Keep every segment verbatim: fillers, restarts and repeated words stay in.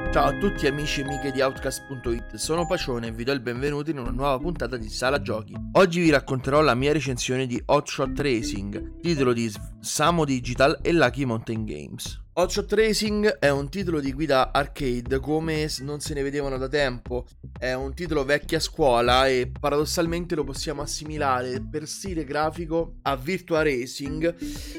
Ciao a tutti amici e amiche di Outcast punto it, sono Pacione e vi do il benvenuto in una nuova puntata di Sala Giochi. Oggi vi racconterò la mia recensione di Hotshot Racing, titolo di Samo Digital e Lucky Mountain Games. Hotshot Racing è un titolo di guida arcade come non se ne vedevano da tempo, è un titolo vecchia scuola e paradossalmente lo possiamo assimilare per stile grafico a Virtua Racing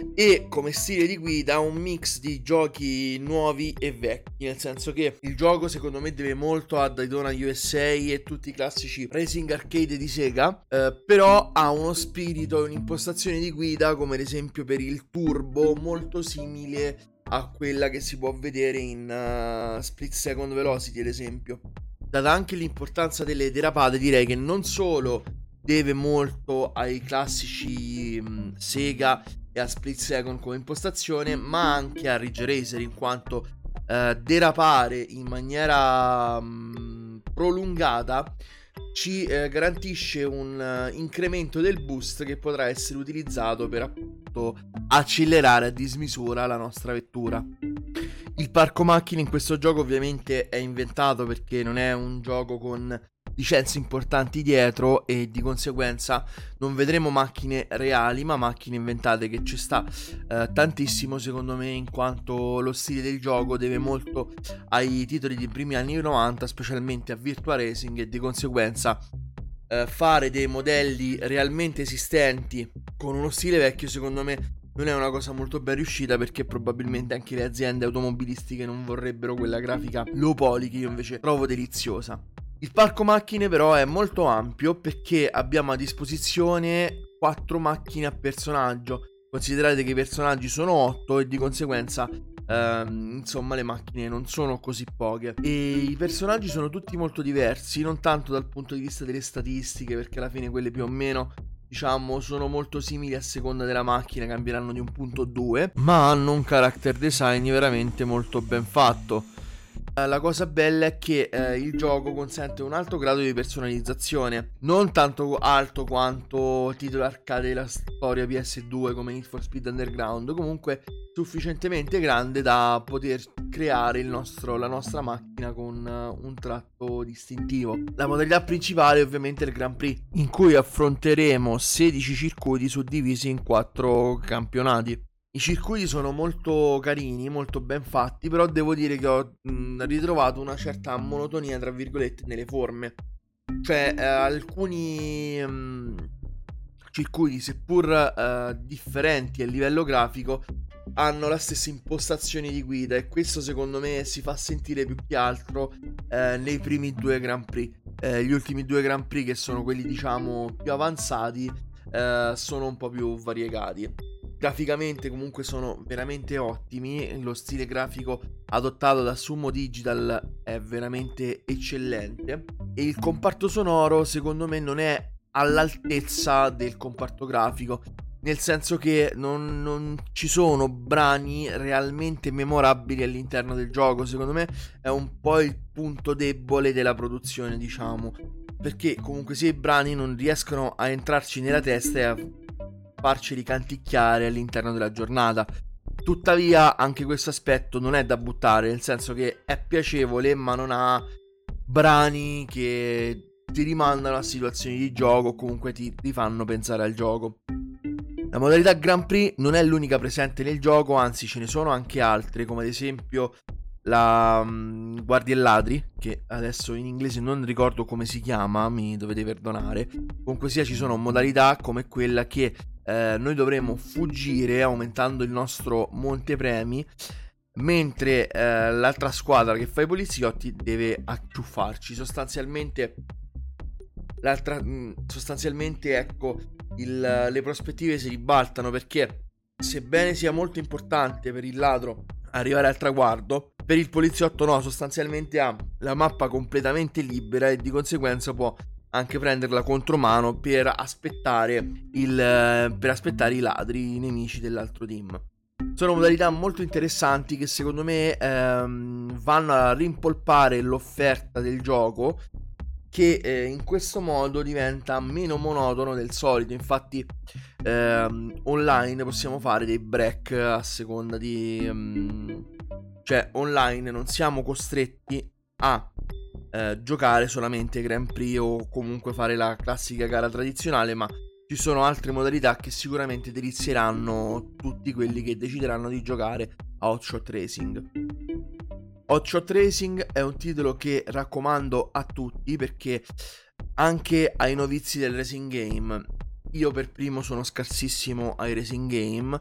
e come stile di guida un mix di giochi nuovi e vecchi, nel senso che il gioco secondo me deve molto a Daytona U S A e tutti i classici racing arcade di Sega, eh, però ha uno spirito e un'impostazione di guida come ad esempio per il turbo molto simile a quella che si può vedere in uh, Split Second Velocity ad esempio. Data anche l'importanza delle derapate, direi che non solo deve molto ai classici um, Sega e a Split Second come impostazione, ma anche a Ridge Racer, in quanto uh, derapare in maniera um, prolungata ci eh, garantisce un uh, incremento del boost che potrà essere utilizzato per appunto accelerare a dismisura la nostra vettura. Il parco macchine in questo gioco ovviamente è inventato perché non è un gioco con licenze importanti dietro e di conseguenza non vedremo macchine reali ma macchine inventate, che ci sta eh, tantissimo secondo me, in quanto lo stile del gioco deve molto ai titoli dei primi anni novanta, specialmente a Virtua Racing, e di conseguenza eh, fare dei modelli realmente esistenti con uno stile vecchio secondo me non è una cosa molto ben riuscita, perché probabilmente anche le aziende automobilistiche non vorrebbero quella grafica low poly che io invece trovo deliziosa. Il parco macchine però è molto ampio perché abbiamo a disposizione quattro macchine a personaggio. Considerate che i personaggi sono otto e di conseguenza ehm, insomma le macchine non sono così poche. E i personaggi sono tutti molto diversi, non tanto dal punto di vista delle statistiche, perché alla fine quelle più o meno diciamo sono molto simili a seconda della macchina, cambieranno di un punto o due, ma hanno un character design veramente molto ben fatto. La cosa bella è che eh, il gioco consente un alto grado di personalizzazione, non tanto alto quanto titolo arcade della storia P S due come Need for Speed Underground, comunque sufficientemente grande da poter creare il nostro, la nostra macchina con uh, un tratto distintivo. La modalità principale è ovviamente il Grand Prix, in cui affronteremo sedici circuiti suddivisi in quattro campionati. I circuiti sono molto carini, molto ben fatti, però devo dire che ho mh, ritrovato una certa monotonia, tra virgolette, nelle forme. Cioè, eh, alcuni mh, circuiti, seppur eh, differenti a livello grafico, hanno la stessa impostazione di guida, e questo secondo me si fa sentire più che altro eh, nei primi due Grand Prix. Eh, gli ultimi due Grand Prix, che sono quelli diciamo più avanzati, eh, sono un po' più variegati. Graficamente comunque sono veramente ottimi, lo stile grafico adottato da Sumo Digital è veramente eccellente e il comparto sonoro secondo me non è all'altezza del comparto grafico, nel senso che non, non ci sono brani realmente memorabili all'interno del gioco. Secondo me è un po' il punto debole della produzione, diciamo, perché comunque sia i brani non riescono a entrarci nella testa e a farceli canticchiare all'interno della giornata. Tuttavia anche questo aspetto non è da buttare, nel senso che è piacevole ma non ha brani che ti rimandano a situazioni di gioco o comunque ti, ti fanno pensare al gioco. La modalità Grand Prix non è l'unica presente nel gioco, anzi ce ne sono anche altre, come ad esempio la um, Guardie e Ladri, che adesso in inglese non ricordo come si chiama, mi dovete perdonare. Comunque sia, ci sono modalità come quella che eh, noi dovremo fuggire aumentando il nostro montepremi, mentre eh, l'altra squadra che fa i poliziotti deve acciuffarci. Sostanzialmente l'altra mh, sostanzialmente ecco il, le prospettive si ribaltano, perché sebbene sia molto importante per il ladro arrivare al traguardo, per il poliziotto no, sostanzialmente ha la mappa completamente libera e di conseguenza può anche prenderla contromano per aspettare il per aspettare i ladri, i nemici dell'altro team. Sono modalità molto interessanti che secondo me ehm, vanno a rimpolpare l'offerta del gioco, che eh, in questo modo diventa meno monotono del solito. Infatti ehm, online possiamo fare dei break a seconda di, um, Cioè online non siamo costretti a eh, giocare solamente Grand Prix o comunque fare la classica gara tradizionale, ma ci sono altre modalità che sicuramente delizieranno tutti quelli che decideranno di giocare a Hotshot Racing. Hotshot Racing è un titolo che raccomando a tutti perché anche ai novizi del racing game, io per primo sono scarsissimo ai racing game,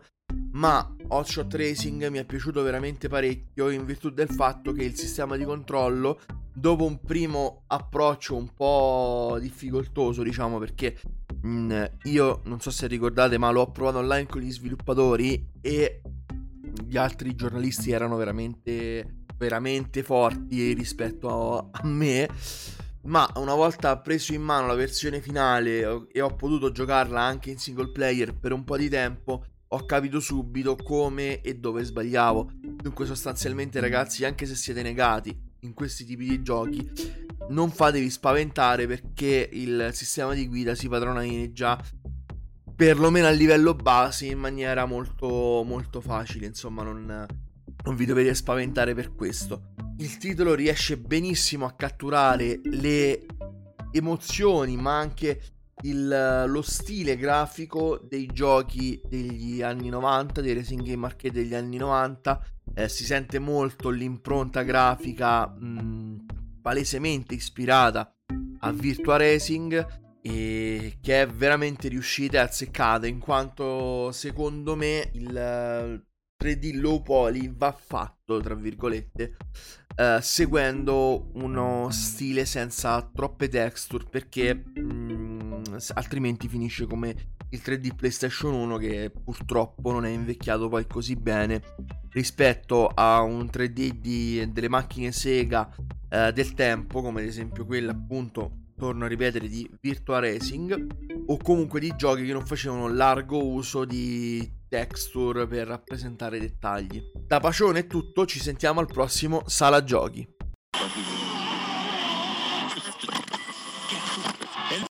ma Hotshot Racing mi è piaciuto veramente parecchio in virtù del fatto che il sistema di controllo, dopo un primo approccio un po' difficoltoso, diciamo, perché mh, io non so se ricordate, ma l'ho provato online con gli sviluppatori e gli altri giornalisti erano veramente veramente forti rispetto a, a me. Ma una volta preso in mano la versione finale e ho potuto giocarla anche in single player per un po' di tempo, ho capito subito come e dove sbagliavo. Dunque sostanzialmente, ragazzi, anche se siete negati in questi tipi di giochi, non fatevi spaventare perché il sistema di guida si padroneggia perlomeno a livello base in maniera molto molto facile. Insomma, non, non vi dovete spaventare per questo. Il titolo riesce benissimo a catturare le emozioni, ma anche il, lo stile grafico dei giochi degli anni novanta, dei racing game arcade degli anni novanta. Eh, si sente molto l'impronta grafica mh, palesemente ispirata a Virtua Racing, e che è veramente riuscita e azzeccata, in quanto secondo me il tre D low poly va fatto, tra virgolette, Uh, seguendo uno stile senza troppe texture, perché mh, altrimenti finisce come il tre D PlayStation uno, che purtroppo non è invecchiato poi così bene rispetto a un tre D di, delle macchine Sega uh, del tempo, come ad esempio quella, appunto, torno a ripetere, di Virtua Racing, o comunque di giochi che non facevano largo uso di texture per rappresentare dettagli. Da Pacione è tutto, ci sentiamo al prossimo Sala Giochi.